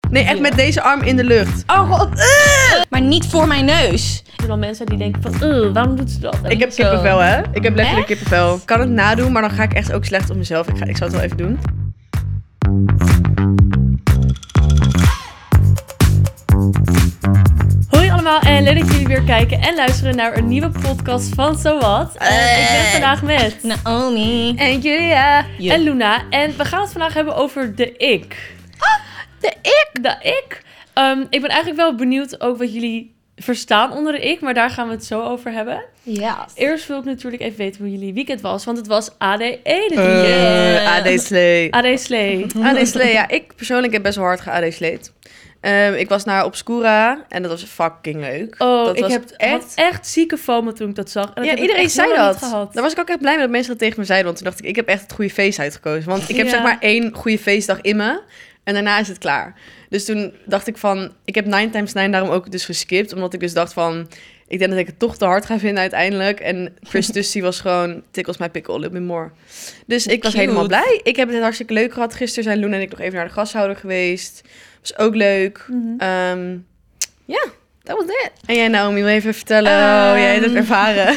Nee, echt met deze arm in de lucht. Oh god. Maar niet voor mijn neus. Er zijn wel mensen die denken van, waarom doet ze dat? Ik heb kippenvel, hè? Ik heb letterlijk kippenvel. Ik kan het nadoen, maar dan ga ik echt ook slecht op mezelf. Ik zal het wel even doen. Hoi allemaal en leuk dat jullie weer kijken en luisteren naar een nieuwe podcast van Zowat. Ik ben vandaag met Naomi. En Julia. en Luna en we gaan het vandaag hebben over de ik. De ik. De ik. Ik ben eigenlijk wel benieuwd ook wat jullie verstaan onder de ik, maar daar gaan we het zo over hebben. Ja. Eerst wil ik natuurlijk even weten hoe jullie weekend was, want het was ADE dit weekend. AD Slee. AD Slee. AD Slee, ja. Ik persoonlijk heb best wel hard AD Sleet. Ik was naar Obscura en dat was fucking leuk. Oh, dat ik was had echt zieke FOMO toen ik dat zag. En dat ja, heb ik iedereen echt zei helemaal dat. niet gehad. Daar was ik ook echt blij mee dat mensen dat tegen me zeiden. Want toen dacht ik heb echt het goede feest uitgekozen. Want ik heb zeg maar 1 goede feestdag in me. En daarna is het klaar. Dus toen dacht ik van... Ik heb 9 times 9 daarom ook dus geskipt. Omdat ik dus dacht van... Ik denk dat ik het toch te hard ga vinden uiteindelijk. En Chris Tussie was gewoon... Tickles my pickle, a little bit more. Dus ik was helemaal blij. Ik heb het hartstikke leuk gehad. Gisteren zijn Loen en ik nog even naar de gashouder geweest. Was ook leuk. Ja, dat was het. En jij Naomi, wil je even vertellen hoe jij het hebt ervaren?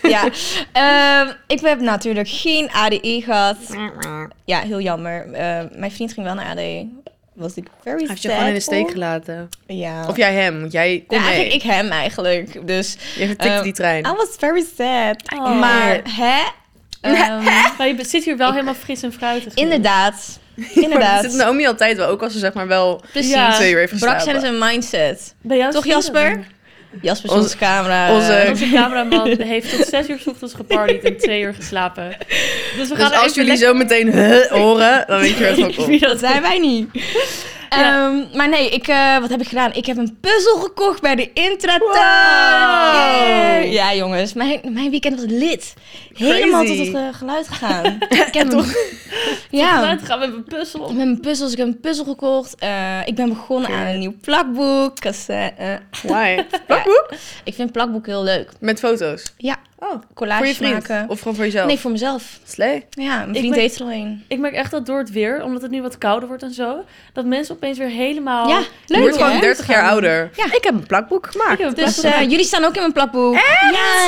Ik heb natuurlijk geen ADE gehad. Ja, heel jammer. Mijn vriend ging wel naar ADE. Was ik very sad. Hij heeft je gewoon in de steek gelaten. Ja. Of jij hem, want jij kon mee. Eigenlijk ik hem eigenlijk. Dus Je vertikte die trein. I was very sad. Oh. Maar Maar je zit hier wel helemaal fris en fruitig. inderdaad. Maar Inderdaad. dat zit Naomi altijd wel, ook als ze zeg maar wel Precies. Ja. 2 uur heeft Brak geslapen. zijn zijn mindset. Bij jou Toch, zie je Jasper? dat. Jasper is onze camera. Onze cameraman heeft tot 6 uur 's ochtends gepartied en 2 uur geslapen. Dus we gaan Dus als jullie zo meteen horen, dan weet je waar het van komt. Dat zijn wij niet. Maar nee, wat heb ik gedaan? Ik heb een puzzel gekocht bij de Intratuin. Wow. Ja, jongens. Mijn weekend was lit. Helemaal tot Crazy. het geluid gegaan. Ik heb ja, gaan we met een puzzel. met mijn puzzels. Ik heb een puzzel gekocht. Ik ben begonnen aan een nieuw plakboek. Why? Plakboek? Ik vind plakboek heel leuk. Met foto's? Ja, Oh, voor collages je vriend? maken. Of gewoon voor jezelf? Nee, voor mezelf. Slee? Ja, mijn vriend ben- heeft er al een. Ik merk echt dat door het weer, omdat het nu wat kouder wordt en zo, dat mensen opeens weer helemaal... Ja, Je leuk wordt gewoon hè? 30 jaar ouder. Ja. Ik heb een plakboek gemaakt. Ik heb een Dus plakboek gemaakt. jullie staan ook in mijn plakboek. Ja.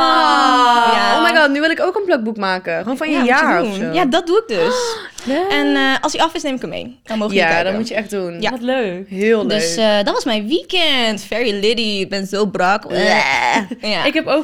Oh. Ja. Oh my god, nu wil ik ook een plakboek maken. Gewoon van je Ja, moet je jaar doen. of zo. Ja, dat doe ik dus. En als hij af is, neem ik hem mee. Dan mogen jullie Ja, kijken. dat moet je echt doen. Ja. Wat leuk. Heel leuk. Dus dat was mijn weekend. Very litty. Ik ben zo brak. Ja. Ik heb ook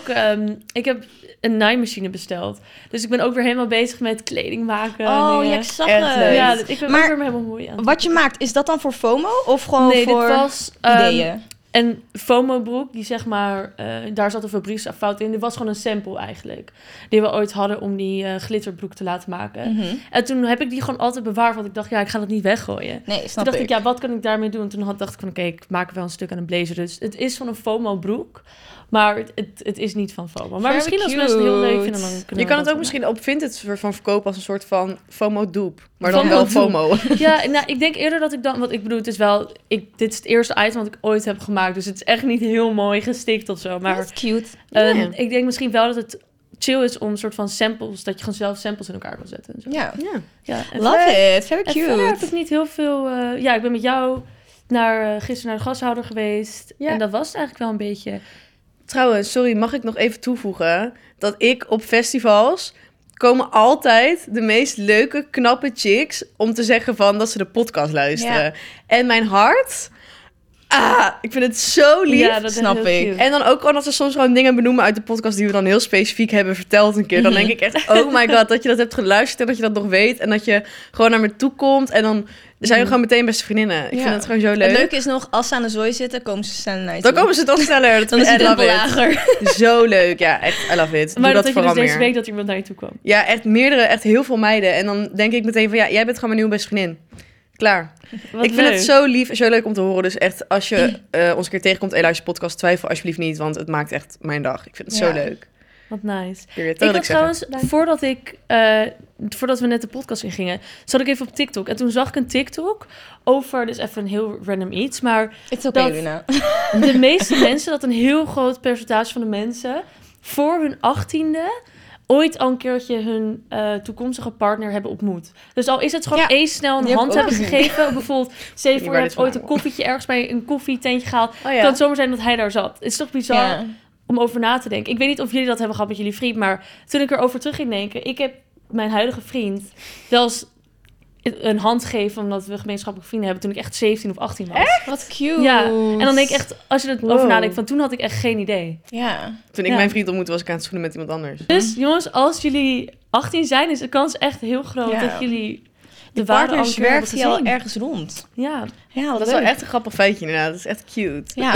een naaimachine besteld. Dus ik ben ook weer helemaal bezig met kleding maken. Oh, dingen. ja, ik zag Echt het. leuk. Ja, ik ben Maar ook weer helemaal mooi aan. wat je maakt, is dat dan voor FOMO? Of gewoon Nee, voor dit was ideeën? een FOMO-broek, die zeg maar, daar zat een fabrieksfout in. Dit was gewoon een sample eigenlijk, die we ooit hadden om die glitterbroek te laten maken. En toen heb ik die gewoon altijd bewaard, want ik dacht, ja, ik ga dat niet weggooien. Nee, Toen snap dacht ik, ik. ja, wat kan ik daarmee doen? Toen dacht ik van, oké, ik maak wel een stuk aan een blazer. Dus het is van een FOMO-broek, maar het is niet van FOMO. Maar Very misschien als mensen het heel leuk cute. vinden, dan kunnen Je we kan dat het ook wel misschien op Vinted van verkopen als een soort van FOMO-doep. Maar dan wel FOMO-doep. FOMO. Ja, nou, ik denk eerder dat ik dan... Want ik bedoel, het is wel... dit is het eerste item wat ik ooit heb gemaakt. Dus het is echt niet heel mooi gestikt of zo. Maar Dat is cute. Ja. ik denk misschien wel dat het chill is om een soort van samples... Dat je gewoon zelf samples in elkaar kan zetten. En zo. Ja. Ja. Ja, en Love it. Very en verder heb cute. ik niet heel veel... ja, ik ben met jou gisteren naar de gashouder geweest. Ja. En dat was het eigenlijk wel een beetje... Trouwens, sorry, mag ik nog even toevoegen dat ik op festivals komen altijd de meest leuke, knappe chicks om te zeggen van dat ze de podcast luisteren. Ja. En mijn hart, ik vind het zo lief. Ja, dat is snap heel ik. cute. En dan ook gewoon dat ze soms gewoon dingen benoemen uit de podcast die we dan heel specifiek hebben verteld een keer. Dan denk ik echt, oh my god, dat je dat hebt geluisterd en dat je dat nog weet. En dat je gewoon naar me toe komt en dan zijn we gewoon meteen beste vriendinnen. Ik Ja. vind het gewoon zo leuk. Het leuke is nog, als ze aan de zooi zitten, komen ze sneller naar je Dan toe. komen ze toch sneller. Dat Dan is I het love tempo it. lager. Zo leuk, ja, echt, I love it. Doe Maar dat dat je vooral dus deze meer. week dat iemand naar je toe kwam. Ja, echt meerdere, echt heel veel meiden. En dan denk ik meteen van, ja, jij bent gewoon mijn nieuwe beste vriendin. Klaar. Wat Ik vind leuk. het zo lief en zo leuk om te horen. Dus echt, als je ons een keer tegenkomt en luister podcast, twijfel alsjeblieft niet. Want het maakt echt mijn dag. Ik vind het Ja. zo leuk. Wat nice. Period. Dat Ik wil had ik zeggen. trouwens, voordat we net de podcast ingingen, zat ik even op TikTok. En toen zag ik een TikTok over, dus even een heel random iets, maar It's okay, Dat- Luna. de meeste mensen, dat een heel groot percentage van de mensen voor hun 18e ooit al een keertje hun toekomstige partner hebben ontmoet. Dus al is het gewoon eens snel een hand hebben gegeven. Of bijvoorbeeld, stel je voor, je hebt ooit een koffietje ergens bij een koffietentje gehaald. Kan het zomaar zijn dat hij daar zat. Het is toch bizar om over na te denken. Ik weet niet of jullie dat hebben gehad met jullie vriend, maar toen ik erover terug ging denken, ik heb mijn huidige vriend wel eens een hand geven omdat we gemeenschappelijke vrienden hebben toen ik echt 17 of 18 was. Echt? Wat cute. Ja, en dan denk ik echt, als je erover nadenkt, van toen had ik echt geen idee. Ja. Toen ik mijn vriend ontmoette, was ik aan het schoenen met iemand anders. Dus jongens, als jullie 18 zijn, is de kans echt heel groot dat jullie de partner zwerft hier al ergens rond. Ja. Ja, dat is wel echt een grappig feitje inderdaad. Dat is echt cute. Ja.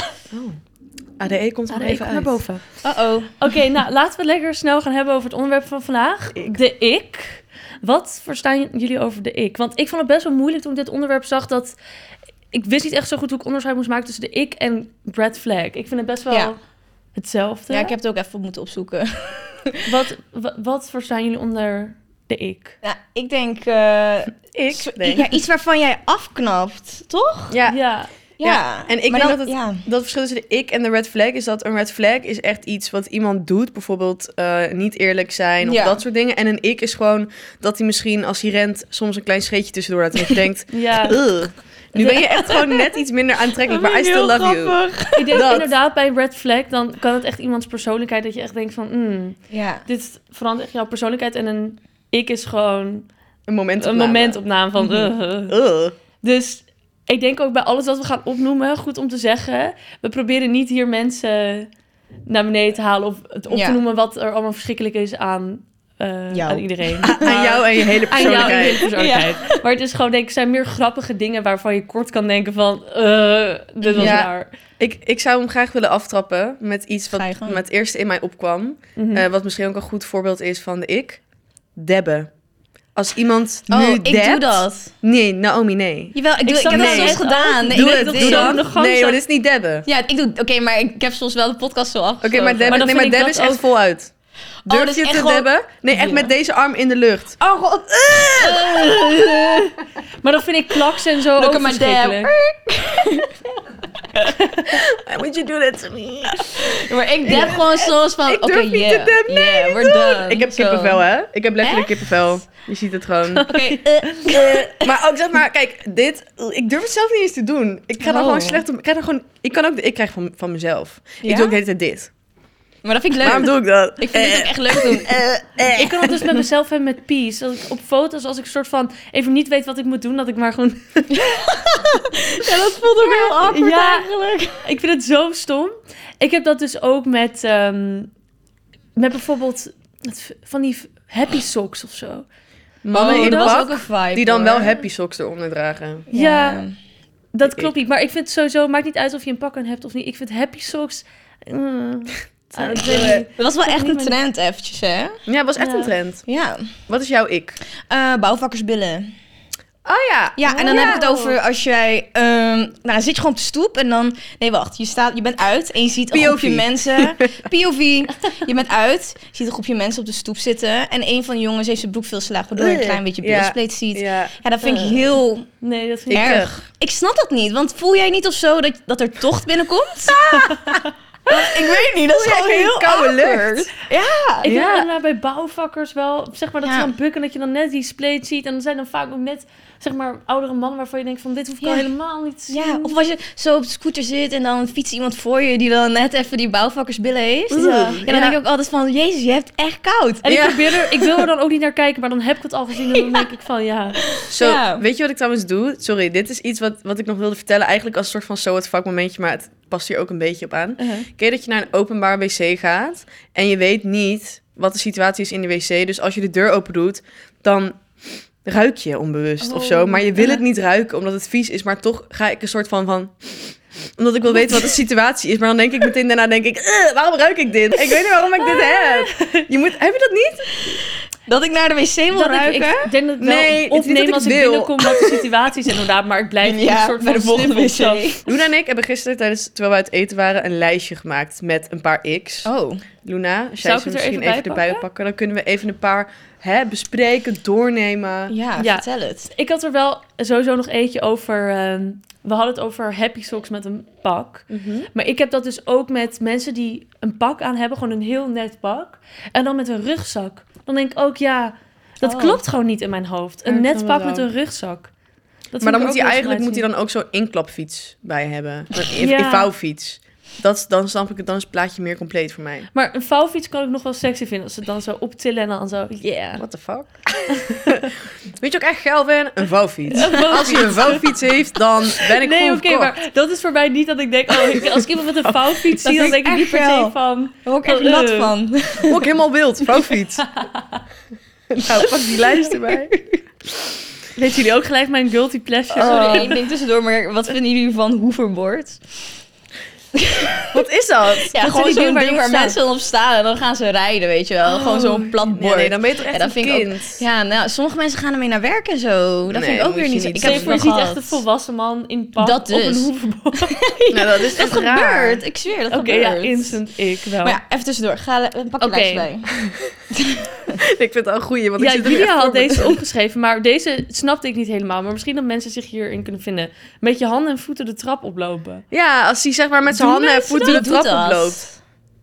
ADE komt er even uit. Naar boven. Uh-oh. Oké, nou laten we lekker snel gaan hebben over het onderwerp van vandaag. De ik. Wat verstaan jullie over de ik? Want ik vond het best wel moeilijk toen ik dit onderwerp zag. Dat ik wist niet echt zo goed hoe ik onderscheid moest maken tussen de ik en red flag. Ik vind het best wel hetzelfde. Ja, ik heb het ook even moeten opzoeken. Wat verstaan jullie onder de ik? Nou, ik denk... denk iets waarvan jij afknapt, toch? Ja. Ja, en ik denk dat het verschil tussen de ik en de red flag is dat een red flag is echt iets wat iemand doet. Bijvoorbeeld niet eerlijk zijn of dat soort dingen. En een ik is gewoon dat hij misschien als hij rent soms een klein scheetje tussendoor laat. En dat je denkt, nu ben je echt gewoon net iets minder aantrekkelijk. Maar I still love you. Ik denk inderdaad bij een red flag, dan kan het echt iemands persoonlijkheid dat je echt denkt van, dit verandert echt jouw persoonlijkheid. En een ik is gewoon een momentopname van, Dus ik denk ook bij alles wat we gaan opnoemen, goed om te zeggen, we proberen niet hier mensen naar beneden te halen of het op te noemen wat er allemaal verschrikkelijk is aan iedereen. Aan jou en je hele persoonlijkheid. Maar het is gewoon, denk ik, zijn meer grappige dingen waarvan je kort kan denken van, dit was raar. Ik zou hem graag willen aftrappen met iets wat met het eerste in mij opkwam. Wat misschien ook een goed voorbeeld is van de ik. Debben. Als iemand nu ik doe dat. Nee, Naomi, nee. Jawel, ik heb dat soms gedaan. Doe het. Nee, maar dit is niet debben. Ja, ik doe... Oké, maar ik heb soms wel de podcast zo afgesloten. Oké, maar debben is echt voluit. Durf je te debben? Nee, echt met deze arm in de lucht. Oh god. Maar dan vind ik klaks en zo ook verschrikkelijk. Why would you do that to me? Maar ik deb gewoon soms van... Ik durf niet te debben. Nee, we're done. Ik heb kippenvel, hè? Ik heb letterlijk kippenvel. Je ziet het gewoon. Oké. Maar ook zeg maar, kijk, ik durf het zelf niet eens te doen. Ik ga dan gewoon slecht om. Ik kan ook de ik krijgen van mezelf. Ja? Ik doe ook de hele tijd dit. Maar dat vind ik leuk. Waarom doe ik dat? Ik vind het ook echt leuk doen. Ik kan het dus met mezelf hebben met peace. Dat ik op foto's, als ik soort van even niet weet wat ik moet doen, dat ik maar gewoon... Ja, dat voelt ook heel awkward eigenlijk. Ik vind het zo stom. Ik heb dat dus ook met bijvoorbeeld van die happy socks of zo. Mannen in dat pak, was ook een vibe, die dan wel happy socks eronder dragen. Ja, dat klopt niet. Maar ik vind sowieso, maakt niet uit of je een pak aan hebt of niet. Ik vind happy socks... Dat was wel echt een trend eventjes, hè? Ja, het was echt een trend. Ja. Wat is jouw ik? Bouwvakkersbillen. Oh ja. Ja, en dan heb ik het over als jij... dan zit je gewoon op de stoep en dan... Nee, wacht. Je bent uit en je ziet een groepje mensen... POV. Je bent uit. Je ziet een groepje mensen op de stoep zitten. En een van de jongens heeft zijn broek veel te laag, waardoor je een klein beetje bilspleet ziet. Ja, dat vind ik heel dat vind ik erg. Ik snap dat niet. Want voel jij niet of zo dat er tocht binnenkomt? Ik weet niet, dat is gewoon heel koude lucht. Ja. Ik vind inderdaad bij bouwvakkers wel, zeg maar, dat ze dan bukken, dat je dan net die spleet ziet. En dan zijn dan vaak ook net, zeg maar, oudere mannen waarvan je denkt van, dit hoef ik al helemaal niet te zien. Ja, of als je zo op de scooter zit en dan fietst iemand voor je die dan net even die bouwvakkersbillen heeft. Ja, dan denk ik ook altijd van, jezus, je hebt echt koud. En ik wil er dan ook niet naar kijken, maar dan heb ik het al gezien en dan denk ik van, Weet je wat ik trouwens doe? Sorry, dit is iets wat ik nog wilde vertellen. Eigenlijk als een soort van so what fuck momentje, maar het past hier ook een beetje op aan. Ken je dat je naar een openbaar wc gaat en je weet niet wat de situatie is in de wc. Dus als je de deur open doet, dan ruik je onbewust of zo. Maar je wil het niet ruiken omdat het vies is. Maar toch ga ik een soort van omdat ik wil weten wat de situatie is. Maar dan denk ik meteen daarna, waarom ruik ik dit? Ik weet niet waarom ik dit heb. Heb je dat niet? Dat ik naar de wc wil ruiken? Ik denk dat ik wel opneem als ik binnenkom wat de situatie is inderdaad. Maar ik blijf een soort van de volgende wc. Luna en ik hebben gisteren, terwijl we uit eten waren, een lijstje gemaakt met een paar X's. Oh. Luna, als Zou jij ik ze het er misschien even even bij erbij pakken, dan kunnen we even een paar bespreken, doornemen. Ja, Ja. vertel het. Ik had er wel sowieso nog eentje over... we hadden het over happy socks met een pak. Maar ik heb dat dus ook met mensen die een pak aan hebben. Gewoon een heel net pak. En dan met een rugzak. Dan denk ik ook, ja... Dat klopt gewoon niet in mijn hoofd. Ja, Een ik net snap pak het met wel. een rugzak. Dat Maar dan vind moet ik hij ook eigenlijk heel dan ook zo'n inklapfiets bij hebben. Een Ja. vouwfiets. Dan snap ik het, dan is het plaatje meer compleet voor mij. Maar een vouwfiets kan ik nog wel sexy vinden. Als ze het dan zo optillen en dan zo... Yeah. What the fuck? Weet je ook echt geil ben? Een vouwfiets. Als hij een vouwfiets heeft, dan ben ik Nee, gewoon oké, verkocht. maar dat is voor mij niet dat ik denk... als ik iemand met een vouwfiets Dat zie, dan vind denk ik ik niet echt per se geil. van... Daar word ik echt Oh, nat van. Word ik helemaal wild. Vouwfiets. Nou, pak die lijst erbij. Weet jullie ook gelijk mijn guilty pleasure? Sorry, één ding tussendoor, maar wat vinden jullie van hoverboard? Wat is dat? Ja, Dat gewoon zijn die zo'n dingen ding waar waar je mensen dan op staan en dan gaan ze rijden, weet je wel. Gewoon zo'n plat bord. Nee, dan ben je toch echt dat een vind ik ook- kind. Ja, nou, sommige mensen gaan ermee naar werk en zo. Dat Nee, vind ik ook moet weer je niet zo. niet Ik Stel heb je het voor, je wel ziet echt gehad. een volwassen man in pak Dat op een dus. hoevenboord. Nou, dat is Dat echt raar. gebeurt. Ik zweer, dat Oké, gebeurt. ja, instant ik wel. Maar ja, even tussendoor. Pak je Oké. lijst bij. Ik vind het wel een goeie, want ik Ja, zit er nu Julia echt had voor me deze te- opgeschreven, maar deze snapte ik niet helemaal. Maar misschien dat mensen zich hierin kunnen vinden. Met je handen en voeten de trap oplopen. Ja, als hij zeg maar met zijn Doen handen en mensen voeten de Wie doet trap dat? oploopt.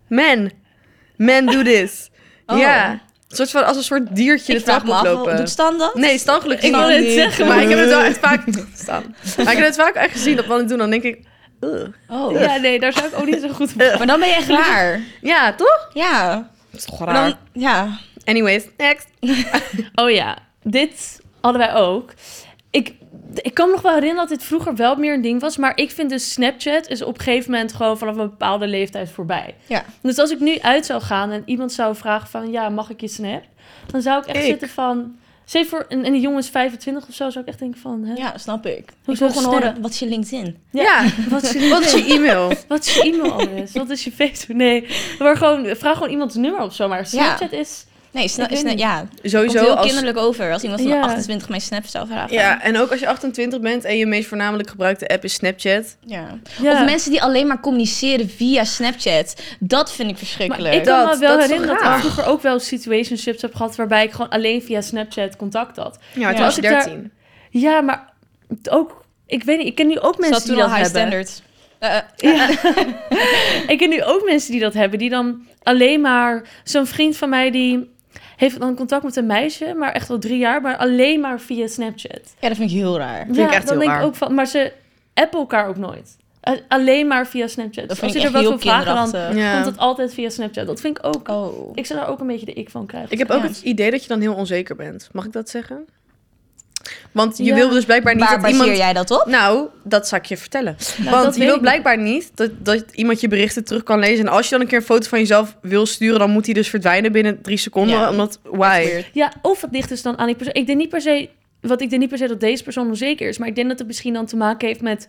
Men do this. Oh. Ja. Een soort van, als een soort diertje Ik de trap vraag me af, oplopen. doet Stan dat? Nee, Stan gelukkig Ik niet. wil het zeggen, Maar ik heb het wel Eh. echt vaak... Stan. Maar ik heb het vaak echt gezien dat mannen het doen. Dan denk ik... Oh. Ja, nee, daar zou ik ook niet zo goed op. Maar dan ben je echt raar. Ja, toch? Ja. Dat is toch Maar raar. dan, ja. Anyways, next. Oh ja, dit hadden wij ook. Ik kan me nog wel herinneren dat dit vroeger wel meer een ding was. Maar ik vind dus Snapchat is op een gegeven moment gewoon vanaf een bepaalde leeftijd voorbij. Ja. Dus als ik nu uit zou gaan en iemand zou vragen van... Ja, mag ik je Snap? Dan zou ik echt zitten van... Zeg voor een jongen is 25 of zo, zou ik echt denken van... Hè? Ja, snap ik. Ik Hoezo wil gewoon Snap? horen, wat is je LinkedIn? Ja. Wat is je, Wat is je e-mail? wat is je e-mailadres? Wat is je Facebook? Nee, maar gewoon, vraag gewoon iemands nummer of zo. Maar Snapchat is... Nee, Ik weet niet. ja. Komt Sowieso heel als... kinderlijk over als iemand van Ja. 28 mijn Snap zou vragen. Ja, en ook als je 28 bent en je meest voornamelijk gebruikte app is Snapchat. Ja. Ja. Of mensen die alleen maar communiceren via Snapchat. Dat vind ik verschrikkelijk. Maar ik kan me wel dat is herinneren toch dat ik raar? vroeger ook wel situationships heb gehad... waarbij ik gewoon alleen via Snapchat contact had. Ja, maar toen Ja. was je Als ik daar- 13. Ja, maar ook... Ik weet niet, ik ken nu ook mensen Zat die toen al dat high hebben. standard. Ja. Ik ken nu ook mensen die dat hebben, die dan alleen maar... Zo'n vriend van mij die heeft dan contact met een meisje, maar echt al 3 jaar, maar alleen maar via Snapchat. Ja, dat vind ik heel raar. Vind ik echt dan heel denk raar. ik ook van, maar ze appen elkaar ook nooit. Alleen maar via Snapchat. Dat Dus vind als ik je echt er heel wat wil vragen, dan kinderachtig. Ja. komt het altijd via Snapchat. Dat vind ik ook... Oh. Ik zou daar ook een beetje de ik van krijgen. Ik heb ook Ja. het idee dat je dan heel onzeker bent. Mag ik dat zeggen? Want je Ja. wil dus blijkbaar niet Waar dat baseer iemand... jij dat op? Nou, dat zal ik je vertellen. dat Want weet je wil ik blijkbaar niet dat iemand je berichten terug kan lezen. En als je dan een keer een foto van jezelf wil sturen... dan moet die dus verdwijnen binnen 3 seconden. Ja. Omdat, why? Weird. Ja, of het ligt dus dan aan die persoon. Ik denk niet per se dat deze persoon onzeker is. Maar ik denk dat het misschien dan te maken heeft met...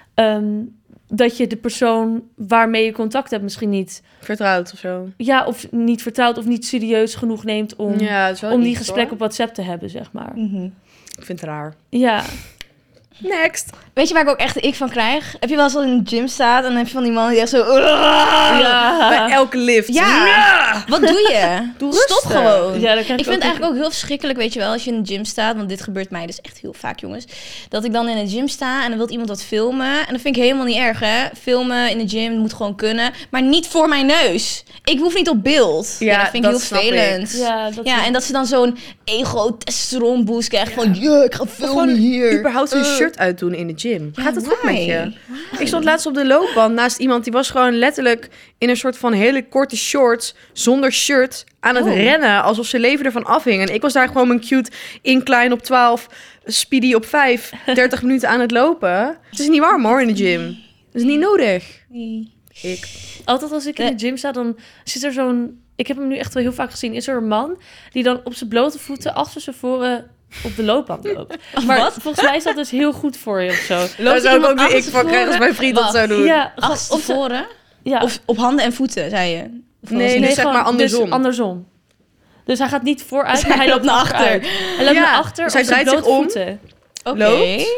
dat je de persoon waarmee je contact hebt misschien niet... Vertrouwd of zo. Ja, of niet vertrouwt of niet serieus genoeg neemt om, Ja, dat is wel om die iets, gesprekken hoor. op WhatsApp te hebben, zeg maar. Mhm. Ik vind het raar. Ja. Next. Weet je waar ik ook echt de ik van krijg? Heb je wel eens al in de gym staat en dan heb je van die man die echt zo... Bij elke lift. Ja. Wat doe je? Doe Stop rustig. gewoon. Ja, dat Ik vind het eigenlijk ook heel verschrikkelijk, weet je wel, als je in de gym staat, want dit gebeurt mij dus echt heel vaak, jongens, dat ik dan in de gym sta en dan wil iemand wat filmen en dat vind ik helemaal niet erg, hè. Filmen in de gym moet gewoon kunnen, maar niet voor mijn neus. Ik hoef niet op beeld. Ja, dat vind ik dat heel snap ik. vervelend. Ja, En dat ze dan zo'n ego-testosteron boost krijgen van, ja, ik ga filmen Gewoon hier. überhaupt een shirt uitdoen in de gym. Ja, Gaat het goed met why? je? Ik stond laatst op de loopband naast iemand die was gewoon letterlijk in een soort van hele korte shorts zonder shirt aan het Oh. rennen alsof zijn leven ervan afhing. En ik was daar gewoon mijn cute incline op 12, speedy op 5, 30 minuten aan het lopen. Het is niet warm hoor in de gym. Dat is niet nodig. Nee. Ik. Altijd als ik in de gym sta, dan zit er zo'n... Ik heb hem nu echt wel heel vaak gezien. Is er een man die dan op zijn blote voeten achter zijn voren op de loopband loopt. Maar Wat? volgens mij is dat dus heel goed voor je of zo. Daar zou ik ook de ik achter van krijgen als mijn vriend dat Wacht. zou doen. Ja, gewoon Achterstevoren? ja. Of op handen en voeten, zei je? Of Nee, was het- dus zeg maar andersom. Dus andersom. Dus hij gaat niet vooruit, Dus maar hij hij loopt loopt naar achter. achteruit. Hij loopt Ja, naar achter dus op hij zijn draait zich blote om. voeten. Oké. loopt.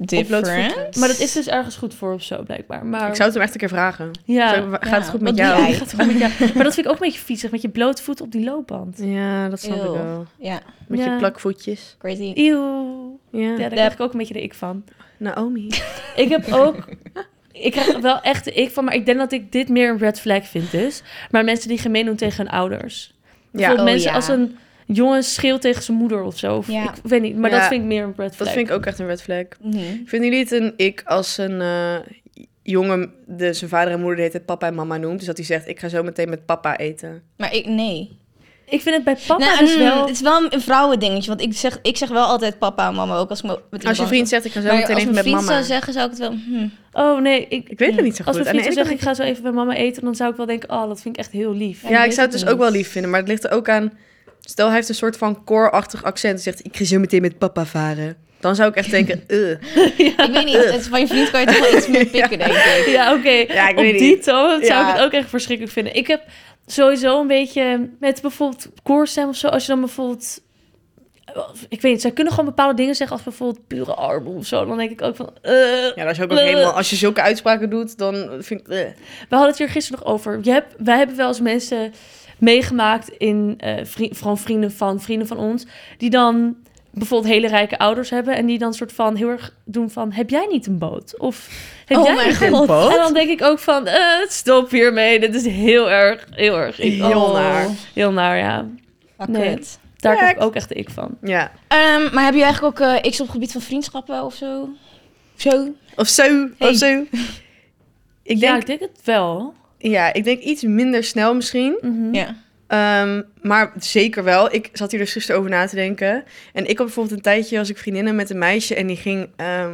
different. Maar dat is dus ergens goed voor of zo, blijkbaar. Maar... Ik zou het hem echt een keer vragen. Ja. Gaat het goed met Wat jou? doe jij? Gaat het goed met jou? Maar dat vind ik ook een beetje viezig, met je blote voet op die loopband. Ja, dat snap ik Ew. wel. Ja, Met je plakvoetjes. crazy. Eeuw. Ja. Ja, daar krijg ik ook een beetje de ik van. Naomi. Ik heb ook... Ik krijg wel echt de ik van, maar ik denk dat ik dit meer een red flag vind dus. Maar mensen die gemeen doen tegen hun ouders. Bijvoorbeeld mensen als een jongen schreeuwt tegen zijn moeder of zo. Of, Ja. Ik weet niet, maar Ja, dat vind ik meer een red flag. Dat vind ik ook echt een red flag. Mhm. Vinden jullie het een ik als een jongen zijn vader en moeder de hele tijd papa en mama noemt? Dus dat hij zegt, ik ga zo meteen met papa eten. Maar nee. Ik vind het bij papa Nou, dus wel... Het is wel een vrouwendingetje, want ik zeg wel altijd papa en mama ook als ik met Als je vriend zegt, ik ga zo maar meteen als even mijn met vriend mama. zou zeggen, zou ik het wel... Oh nee, Ik weet het niet zo goed. Als mijn Aan de vriend zou ene zeggen, ik kant- ga zo even bij mama eten, dan zou ik wel denken, oh, dat vind ik echt heel lief. Ja, ik weet zou het het dus ook wel niet. lief vinden. Maar het ligt er ook aan... Stel, hij heeft een soort van core-achtig accent. Hij zegt, ik ga zo meteen met papa varen. Dan zou ik echt denken, Ik weet niet, het, van je vriend kan je toch wel iets meer pikken, denk ik. Ja, oké. Ja, ik Op weet die niet. toon zou Ja. ik het ook echt verschrikkelijk vinden. Ik heb sowieso een beetje met bijvoorbeeld koorstem of zo. Als je dan bijvoorbeeld... Ik weet niet, zij kunnen gewoon bepaalde dingen zeggen als bijvoorbeeld pure armoede of zo. Dan denk ik ook van... Ja, als je ook helemaal... Als je zulke uitspraken doet, dan vind ik... We hadden het hier gisteren nog over. Wij hebben wel eens mensen meegemaakt in vooral vrienden van ons, die dan bijvoorbeeld hele rijke ouders hebben en die dan soort van heel erg doen van, heb jij niet een boot? Of heb Oh jij mijn niet een God. boot? En dan denk ik ook van, stop hiermee. Dit is heel erg. Heel naar. Heel naar, ja. Fuck Nee. it. Daar Ja, krijg ik ook echt de ik van. Ja. Maar heb je eigenlijk ook x op het gebied van vriendschappen of zo? Zo? Of zo. Hey. Of zo. Ik Ja, denk, ik denk het wel. ik denk iets minder snel misschien. Mhm. Ja. Maar zeker wel. Ik zat hier dus gisteren over na te denken. En ik had bijvoorbeeld een tijdje, was ik vriendinnen met een meisje en die ging...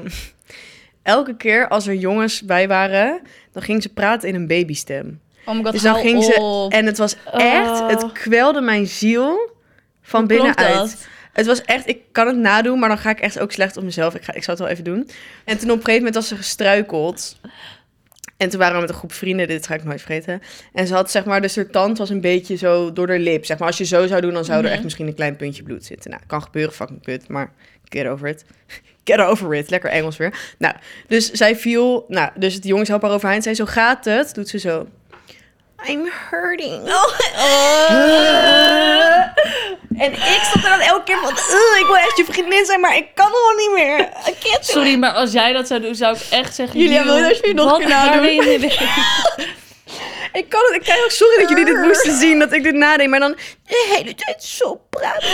elke keer als er jongens bij waren, dan ging ze praten in een babystem. Oh my god, Dus dan hou ging ze... op. En het was echt... Oh. Het kwelde mijn ziel van Hoe klonk binnenuit. dat? Het was echt... Ik kan het nadoen, maar dan ga ik echt ook slecht op mezelf. Ik zal het wel even doen. En toen op een gegeven moment was ze gestruikeld. En toen waren we met een groep vrienden. Dit ga ik nooit vergeten. En ze had zeg maar... Dus haar tand was een beetje zo door haar lip. Zeg maar, als je zo zou doen, dan zou er echt misschien een klein puntje bloed zitten. Nou, kan gebeuren, fucking kut. Maar get over it. Get over it. Lekker Engels weer. Nou, dus zij viel... Nou, dus het jongens helpen haar overheen. Zei, zo gaat het. Doet ze zo... I'm hurting. En ik stond er dan elke keer van... ik wil echt je vriendin zijn, maar ik kan gewoon niet meer. I can't do it. Sorry, maar als jij dat zou doen, zou ik echt zeggen... Julia, wil je dat alsjeblieft nog een keer nadoen? Waar ben je mee bezig? Ik kan het. Ik krijg ook sorry dat jullie dit moesten zien, dat ik dit nadenk. Maar dan de hele tijd zo praten.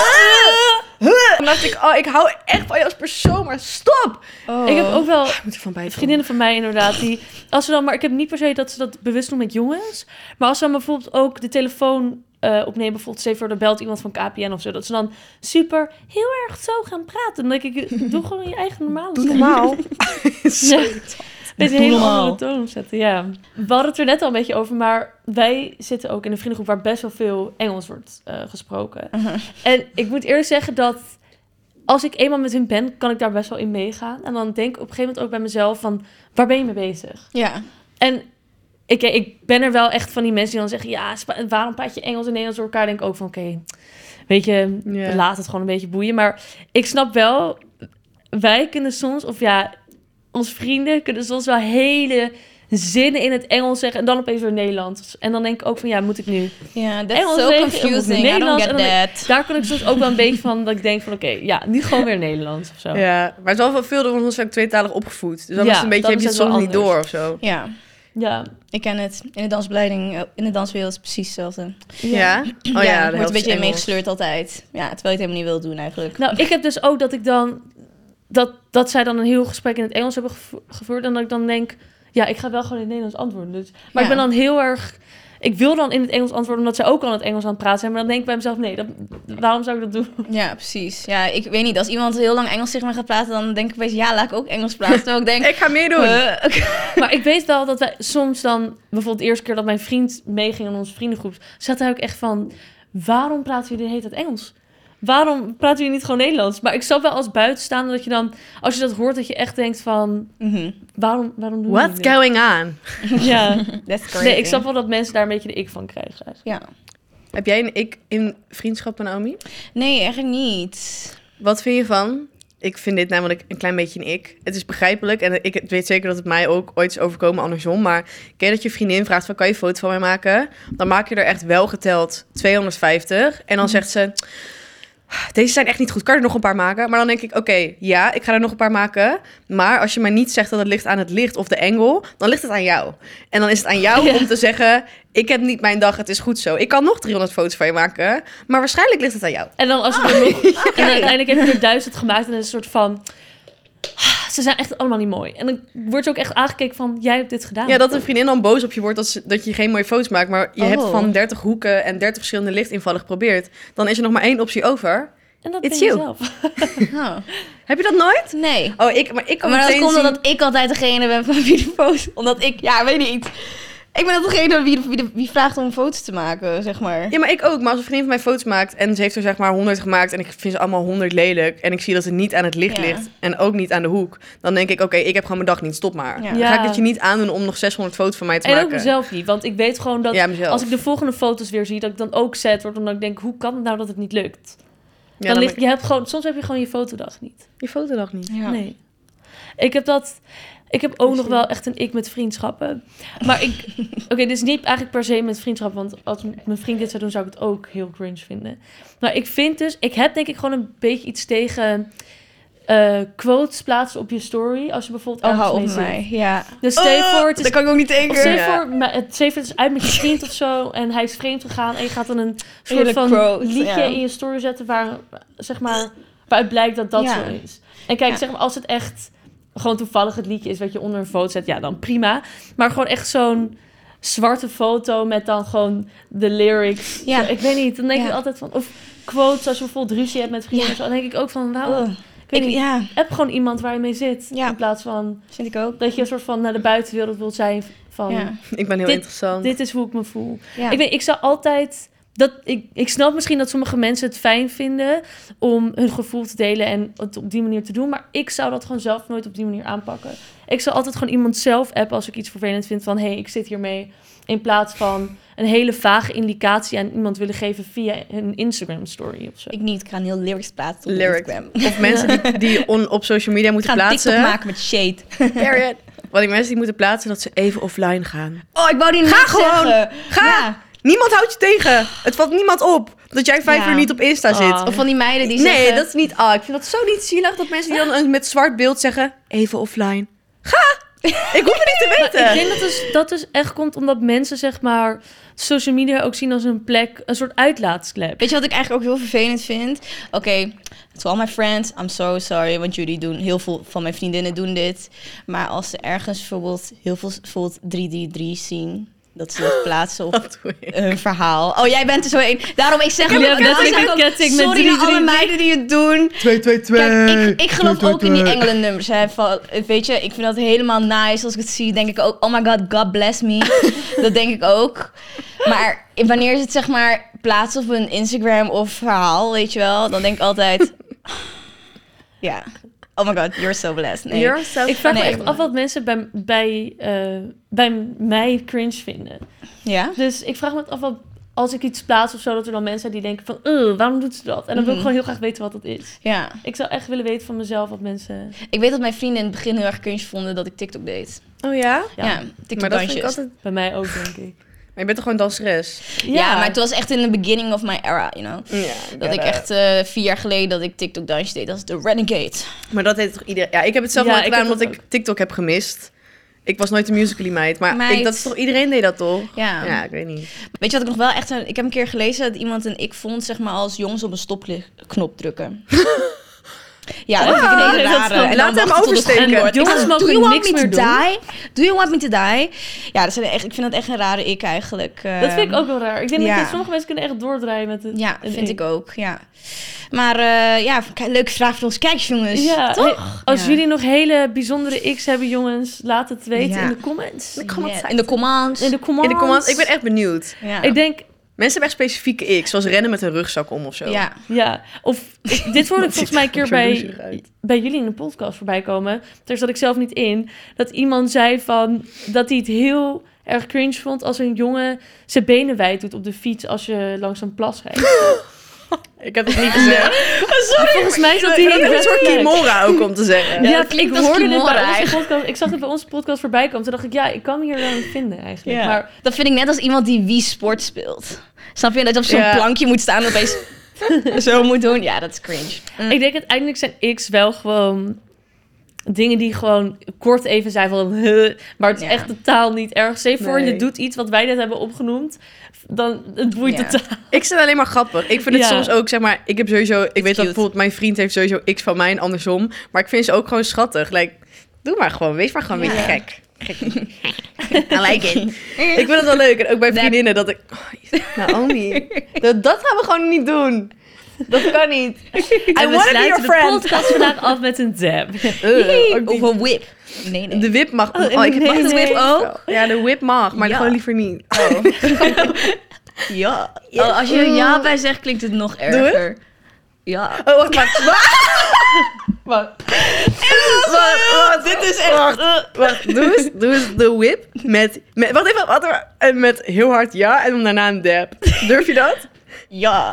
Dan dacht ik, ik hou echt van je als persoon, maar stop. Oh. Ik heb ook wel Ik moet er van bij. vriendinnen van mij inderdaad, die... Als ze dan, maar ik heb niet per se dat ze dat bewust doen met jongens. Maar als ze dan bijvoorbeeld ook de telefoon opnemen, bijvoorbeeld stel je voor, er belt iemand van KPN of zo, dat ze dan super heel erg zo gaan praten. Dan denk ik, doe gewoon je eigen normale Doe stem. normaal. Ja. Deze hele normaal. andere toon opzetten, ja. We hadden het er net al een beetje over, maar wij zitten ook in een vriendengroep waar best wel veel Engels wordt gesproken. En ik moet eerlijk zeggen dat als ik eenmaal met hun ben, kan ik daar best wel in meegaan. En dan denk ik op een gegeven moment ook bij mezelf van, waar ben je mee bezig? Ja. En ik ben er wel echt van die mensen die dan zeggen, ja, waarom praat je Engels en Nederlands door elkaar? Denk ik ook van, oké, weet je, Ja. laat het gewoon een beetje boeien. Maar ik snap wel, wij kunnen soms, of ja, onze vrienden kunnen soms wel hele zinnen in het Engels zeggen en dan opeens weer Nederlands. En dan denk ik ook van, ja, moet ik nu Ja, that's Engels so zeggen of confusing. I don't Nederlands? get En dan- that. Daar kan ik soms ook wel een beetje van, dat ik denk van, oké, ja, niet gewoon weer Nederlands of zo. Ja, maar het is wel van veel door ons zijn ook tweetalig opgevoed. Dus dan Ja, is het een beetje, dan heb je is het het soms wel niet door anders. of zo. Ja, Ja. ik ken het. In de dansbeleiding, in de danswereld is het precies hetzelfde. Ja? Oh ja, je de wordt helft een is beetje in Engels. meegesleurd altijd. Ja, terwijl je het helemaal niet wil doen eigenlijk. Nou, ik heb dus ook dat ik dan... Dat zij dan een heel gesprek in het Engels hebben gevoerd. En dat ik dan denk... Ja, ik ga wel gewoon in het Nederlands antwoorden. Dus. Maar Ja. ik ben dan heel erg... Ik wil dan in het Engels antwoorden... omdat zij ook al in het Engels aan het praten zijn. Maar dan denk ik bij mezelf... Nee, waarom zou ik dat doen? Ja, precies. Ja, ik weet niet. Als iemand heel lang Engels tegen mij gaat praten, dan denk ik opeens, ja, laat ik ook Engels praten. Terwijl ik denk, Ik ga meer doen. oké. Maar ik weet wel dat wij soms dan... Bijvoorbeeld de eerste keer dat mijn vriend meeging in onze vriendengroep... zat hij ook echt van... Waarom praten jullie de hele tijd Engels? Waarom praten jullie niet gewoon Nederlands? Maar ik snap wel als buitenstaander dat je dan... Als je dat hoort, dat je echt denkt van... Mhm. Waarom doen jullie What's dit? going on? Ja. That's crazy. Nee, ik snap wel dat mensen daar een beetje de ik van krijgen. Eigenlijk. Ja. Heb jij een ik in vriendschap, Naomi? Nee, eigenlijk niet. Wat vind je van Ik vind dit namelijk een klein beetje een ik. Het is begrijpelijk en ik weet zeker dat het mij ook ooit is overkomen andersom. Maar ken je dat je vriendin vraagt van, kan je een foto van mij maken? Dan maak je er echt wel geteld 250. En dan zegt ze, deze zijn echt niet goed. Kan je er nog een paar maken? Maar dan denk ik, oké, ja, ik ga er nog een paar maken. Maar als je mij niet zegt dat het ligt aan het licht of de angle, dan ligt het aan jou. En dan is het aan jou om te zeggen, ik heb niet mijn dag, het is goed zo. Ik kan nog 300 foto's van je maken, maar waarschijnlijk ligt het aan jou. En dan als je er nog... En uiteindelijk heb je er 1000 gemaakt en dan is een soort van... Ze zijn echt allemaal niet mooi. En dan wordt je ook echt aangekeken van, jij hebt dit gedaan. Ja, dat een vriendin dan boos op je wordt dat je geen mooie foto's maakt. Maar je hebt van 30 hoeken en 30 verschillende lichtinvallen geprobeerd. Dan is er nog maar 1 optie over. En dat It's ben je you. zelf. Oh. Heb je dat nooit? Nee. Ik kan Maar dat meteen komt zien... omdat ik altijd degene ben van wie de foto... Omdat ik... Ja, weet niet. Ik ben altijd degene wie vraagt om een foto te maken, zeg maar. Ja, maar ik ook. Maar als een vriendin van mij foto's maakt en ze heeft er zeg maar 100 gemaakt en ik vind ze allemaal 100 lelijk en ik zie dat het niet aan het licht ligt en ook niet aan de hoek, dan denk ik, oké, ik heb gewoon mijn dag niet, stop maar. Ja. Dan ga ik het je niet aandoen om nog 600 foto's van mij te En maken. ook mezelf niet. Want ik weet gewoon dat mezelf. als ik de volgende foto's weer zie, dat ik dan ook zet word. Omdat ik denk, hoe kan het nou dat het niet lukt? Ja, Je hebt gewoon, soms heb je gewoon je fotodag niet. Je fotodag niet. Ja. Nee. Ik heb ook nog wel echt een ik met vriendschappen. Maar dit is niet eigenlijk per se met vriendschappen. Want als mijn vriend dit zou doen, zou ik het ook heel cringe vinden. Maar ik heb denk ik gewoon een beetje iets tegen quotes plaatsen op je story. Als je bijvoorbeeld Oh, hou op ergens mee mij. zit. Ja. Dus stel je voor, het is Dat kan ik ook niet tegen. Of stel je voor, het is uit met je vriend of zo en hij is vreemd gegaan en je gaat dan een soort van quote, liedje in je story zetten waar, zeg maar, waaruit blijkt dat dat zo is. En kijk, zeg maar, als het echt gewoon toevallig het liedje is wat je onder een foto zet, ja, dan prima. Maar gewoon echt zo'n zwarte foto met dan gewoon de lyrics. Ja. Zo, ik weet niet, dan denk ik altijd van, of quotes als je bijvoorbeeld ruzie hebt met vrienden, of zo, dan denk ik ook van, nou, heb gewoon iemand waar je mee zit. Ja. In plaats van Vind ik ook. dat je een soort van naar de buitenwereld wilt zijn van... Ik ben heel interessant. Dit is hoe ik me voel. Ja. Ik zou altijd... Ik snap misschien dat sommige mensen het fijn vinden om hun gevoel te delen en het op die manier te doen. Maar ik zou dat gewoon zelf nooit op die manier aanpakken. Ik zou altijd gewoon iemand zelf appen als ik iets vervelend vind van... ik zit hiermee. In plaats van een hele vage indicatie aan iemand willen geven via een Instagram story of zo. Ik niet. Ik ga een heel lyrics plaatsen op Lyrics. Instagram. Of mensen die op social media moeten Ik ga een plaatsen. TikTok maken met shade. Period. Want die mensen die moeten plaatsen dat ze even offline gaan. Oh, ik wou die net gewoon. zeggen. Ga! Ja. Niemand houdt je tegen. Het valt niemand op dat jij 5 uur niet op Insta zit. Of van die meiden die Nee, zeggen... dat is niet... ik vind dat zo niet zielig dat mensen die dan met zwart beeld zeggen... Even offline. Ga! Ik hoef het niet te weten. Ik denk dat dus echt komt omdat mensen, zeg maar, social media ook zien als een plek, een soort uitlaatsklep. Weet je wat ik eigenlijk ook heel vervelend vind? Oké, to all my friends, I'm so sorry, want jullie doen, heel veel van mijn vriendinnen doen dit. Maar als ze ergens bijvoorbeeld 333 zien, dat ze dat plaatsen op een verhaal. Oh, jij bent er zo een. Daarom, ik zeg sorry naar alle meiden die het doen. 222. Kijk, ik geloof ook in die engelennummers. Hè. Weet je, ik vind dat helemaal nice. Als ik het zie, denk ik ook, oh my god, God bless me. Dat denk ik ook. Maar wanneer is het, zeg maar, plaatsen op een Instagram of verhaal, weet je wel, dan denk ik altijd... Ja. Oh my god, you're so blessed. Nee. Ik vraag me echt af wat mensen bij mij cringe vinden. Ja? Dus ik vraag me af wat, als ik iets plaats of zo, dat er dan mensen zijn die denken van, waarom doet ze dat? En dan wil ik gewoon heel graag weten wat dat is. Ja. Ik zou echt willen weten van mezelf wat mensen... Ik weet dat mijn vrienden in het begin heel erg cringe vonden dat ik TikTok deed. Oh ja? Ja, TikTok maar dat vind dansjes. ik altijd... Bij mij ook, denk ik. Maar je bent toch gewoon danseres? Ja, maar het was echt in the beginning of my era, you know. Ja, dat ik echt 4 jaar geleden dat ik TikTok dansjes deed als de Renegade. Maar dat deed toch iedereen... Ja, ik heb het zelf nooit gedaan omdat ik TikTok heb gemist. Ik was nooit een Musical.ly meid. Maar dat is toch... Iedereen deed dat toch? Ja, ik weet niet. Weet je wat ik nog wel echt... Ik heb een keer gelezen dat iemand en ik vond, zeg maar, als jongens op een stopknop drukken. Ja, dat vind ik een hele rare. En laat hem oversteken. Jongens mogen niks meer doen. Do you want me to die? Ja, dat is echt, ik vind dat echt een rare ik eigenlijk. Dat vind ik ook wel raar. Ik denk dat sommige mensen kunnen echt doordraaien met het. Ja, vind ik ook, ja. Maar leuke vraag voor ons kijkers, jongens. Ja, toch? Als jullie nog hele bijzondere X hebben, jongens, laat het weten in de comments. In de comments. Ik ben echt benieuwd. Ja. Ik denk... Mensen hebben echt specifieke X, zoals rennen met een rugzak om of zo. Ja. Of dit hoorde ik volgens mij een keer bij jullie in de podcast voorbij komen. Daar zat ik zelf niet in. Dat iemand zei van dat hij het heel erg cringe vond als een jongen zijn benen wijd doet op de fiets als je langs een plas rijdt. Ik heb het niet gezegd. Sorry, volgens mij zat hij Ik heb een soort Kimora ook om te zeggen. Ja, Ja, dat klinkt ik als hoorde dit Kimora bij onze eigenlijk. podcast. Ik zag het bij onze podcast voorbij komen. Toen dacht ik, ja, ik kan me hier wel aan vinden eigenlijk. Ja. Maar Dat vind ik net als iemand die Wii Sport speelt. Snap je? Dat je op zo'n Ja. plankje moet staan en opeens zo moet doen. Ja, dat is cringe. ik denk uiteindelijk zijn X wel gewoon dingen die gewoon kort even zijn van... maar het is Ja. echt totaal niet erg. Stel je voor, Nee. je doet iets wat wij net hebben opgenoemd. Dan het boeit Ja. totaal. Ik vind het alleen maar grappig. Ik vind het Ja. soms ook, zeg maar... Ik heb sowieso... Ik weet dat cute. bijvoorbeeld mijn vriend heeft sowieso X van mij en andersom. Maar ik vind ze ook gewoon schattig. Like, doe maar gewoon. Wees maar gewoon een Ja. beetje gek. I like it. Ik vind het wel leuk. En ook bij vriendinnen dat ik... Naomi, dat gaan we gewoon niet doen. Dat kan niet. I En we want to be your sluiten de friend. podcast vandaag af met een dab. Ook Of een whip. Nee. de whip mag. Oh, Ik heb nee, mag de nee. whip ook. Ja, de whip mag, maar Ja. gewoon liever niet. Ja. Oh, als je er ja bij zegt, klinkt het nog erger. Ja. Oh, wacht. Wacht. Dit is echt... Wacht, doe eens de whip met... Wacht even. En met heel hard ja en dan daarna een dab. Durf je dat? Ja.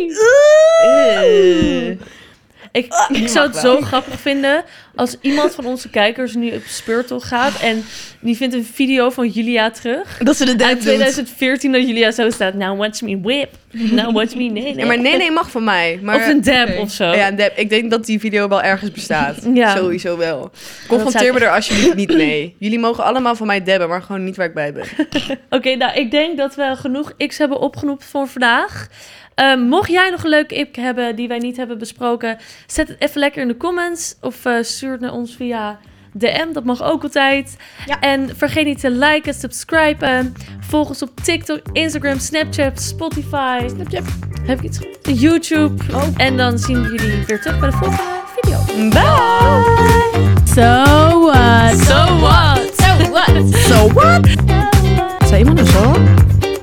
Ik zou het zo grappig vinden als iemand van onze kijkers nu op speurtocht gaat en die vindt een video van Julia terug. Dat ze de dab Uit doet. 2014 dat Julia zo staat. Now watch me whip. Now watch me nee. Ja, maar nee mag van mij. Maar, Of een dab Oké. of zo. Ja, een dab. Ik denk dat die video wel ergens bestaat. Ja. Sowieso wel. zou Confronteer ik me er alsjeblieft niet mee. Jullie mogen allemaal van mij dabben, maar gewoon niet waar ik bij ben. Oké, nou, ik denk dat we genoeg X hebben opgenoemd voor vandaag. Mocht jij nog een leuke ip hebben die wij niet hebben besproken, zet het even lekker in de comments of stuur het naar ons via DM. Dat mag ook altijd. Ja. En vergeet niet te liken, subscriben. Volg ons op TikTok, Instagram, Snapchat, Spotify. Heb ik iets goed? YouTube. En dan zien we jullie weer terug bij de volgende video. Bye! So what? So what? So what? So what? Zei iemand er zo?